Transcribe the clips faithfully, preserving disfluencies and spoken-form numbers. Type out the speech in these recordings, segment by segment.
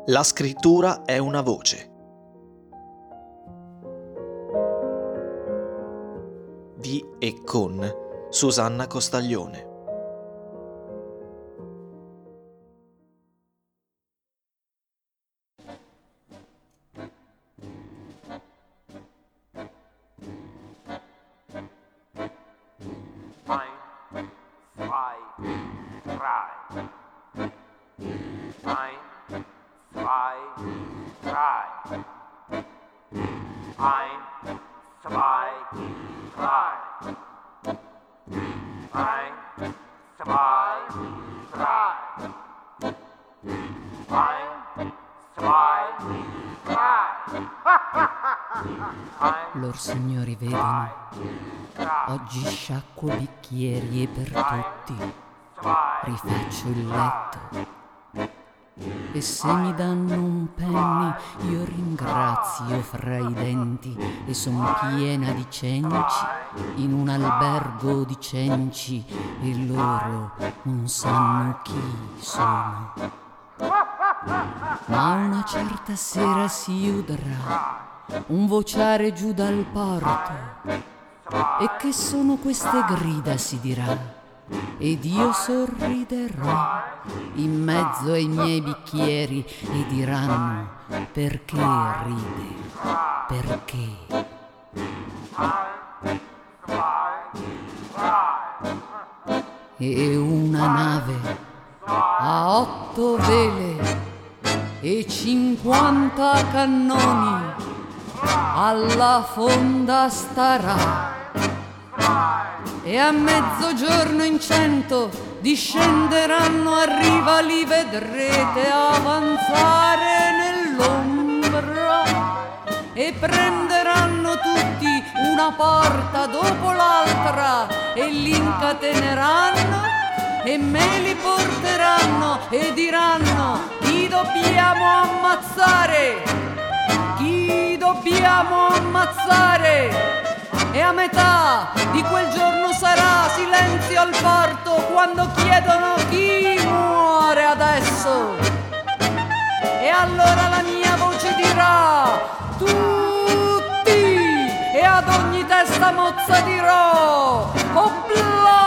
La scrittura è una voce. Di e con Susanna Costaglione. Lor signori vedono, oggi sciacquo bicchieri e per tutti rifaccio il letto. E se mi danno un penny io ringrazio fra i denti e son piena di cenci in un albergo di cenci e loro non sanno chi sono. Ma una certa sera si udrà un vociare giù dal porto e che sono queste grida si dirà ed io sorriderò in mezzo ai miei bicchieri e diranno perché ride, perché. E una nave a otto vele e cinquanta cannoni alla fonda starà e a mezzogiorno in cento discenderanno a riva, li vedrete avanzare nell'ombra e prenderanno tutti una porta dopo l'altra e li incateneranno e me li porteranno e diranno chi dobbiamo ammazzare, chi dobbiamo ammazzare. E a metà di quel giorno sarà silenzio al porto quando chiedono chi muore adesso. E allora la mia voce dirà tutti e ad ogni testa mozza dirò opla.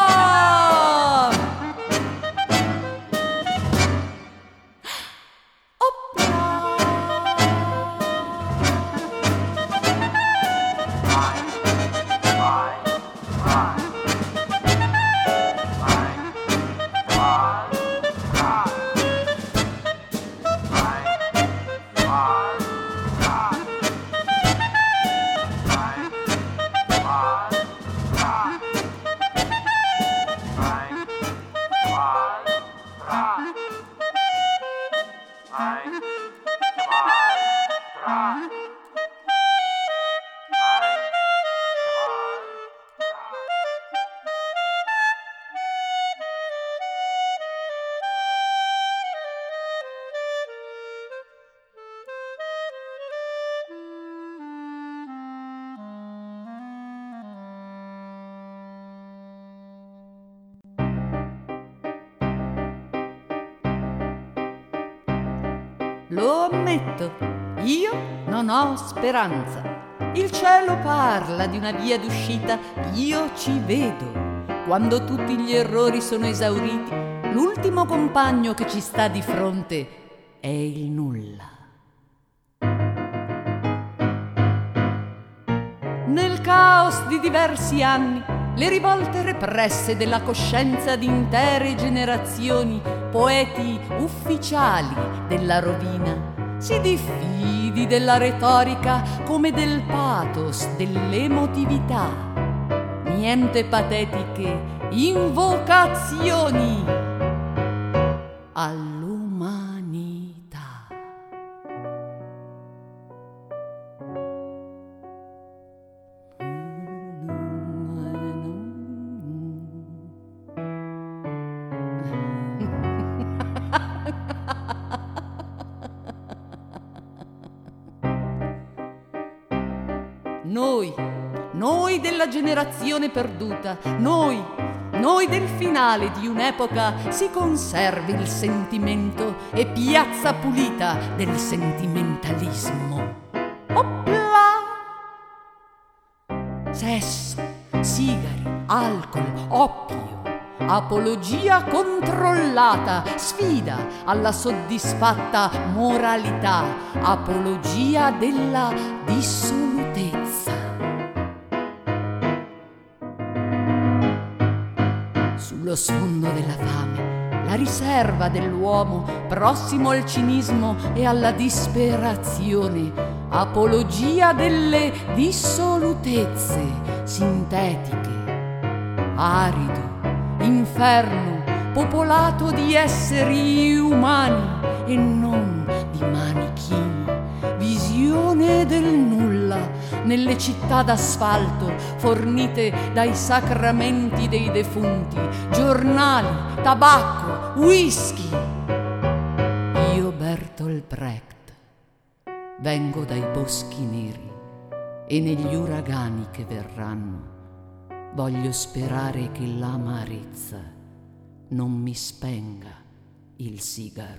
Lo ammetto, io non ho speranza. Il cielo parla di una via d'uscita, io ci vedo. Quando tutti gli errori sono esauriti, l'ultimo compagno che ci sta di fronte è il nulla. Nel caos di diversi anni, le rivolte represse della coscienza di intere generazioni, poeti ufficiali della rovina, si diffidi della retorica come del pathos, dell'emotività. Niente patetiche invocazioni all'umanità. Noi, noi della generazione perduta, noi noi del finale di un'epoca si conservi il sentimento e piazza pulita del sentimentalismo. Opla! Sesso, sigari, alcol, oppio, apologia controllata, sfida alla soddisfatta moralità, apologia della dissolutezza. Sullo sfondo della fame, la riserva dell'uomo prossimo al cinismo e alla disperazione, apologia delle dissolutezze sintetiche, arido, inferno, popolato di esseri umani e non di manichini, visione del nulla nelle città d'asfalto fornite dai sacramenti dei defunti, giornali, tabacco, whisky. Io, Bertolt Brecht, vengo dai boschi neri e negli uragani che verranno voglio sperare che l'amarezza non mi spenga il sigaro.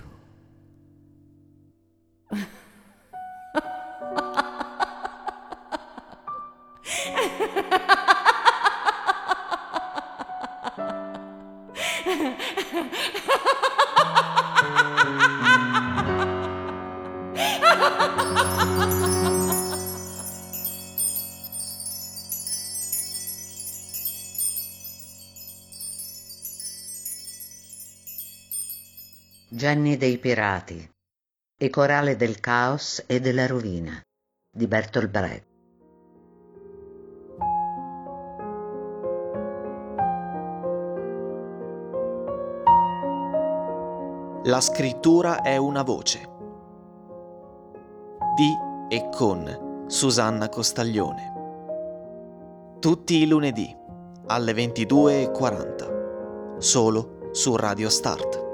Gianni dei Pirati e Corale del caos e della rovina di Bertolt Brecht. La scrittura è una voce. Di e con Susanna Costaglione. Tutti i lunedì alle ventidue e quaranta, solo su Radio Start.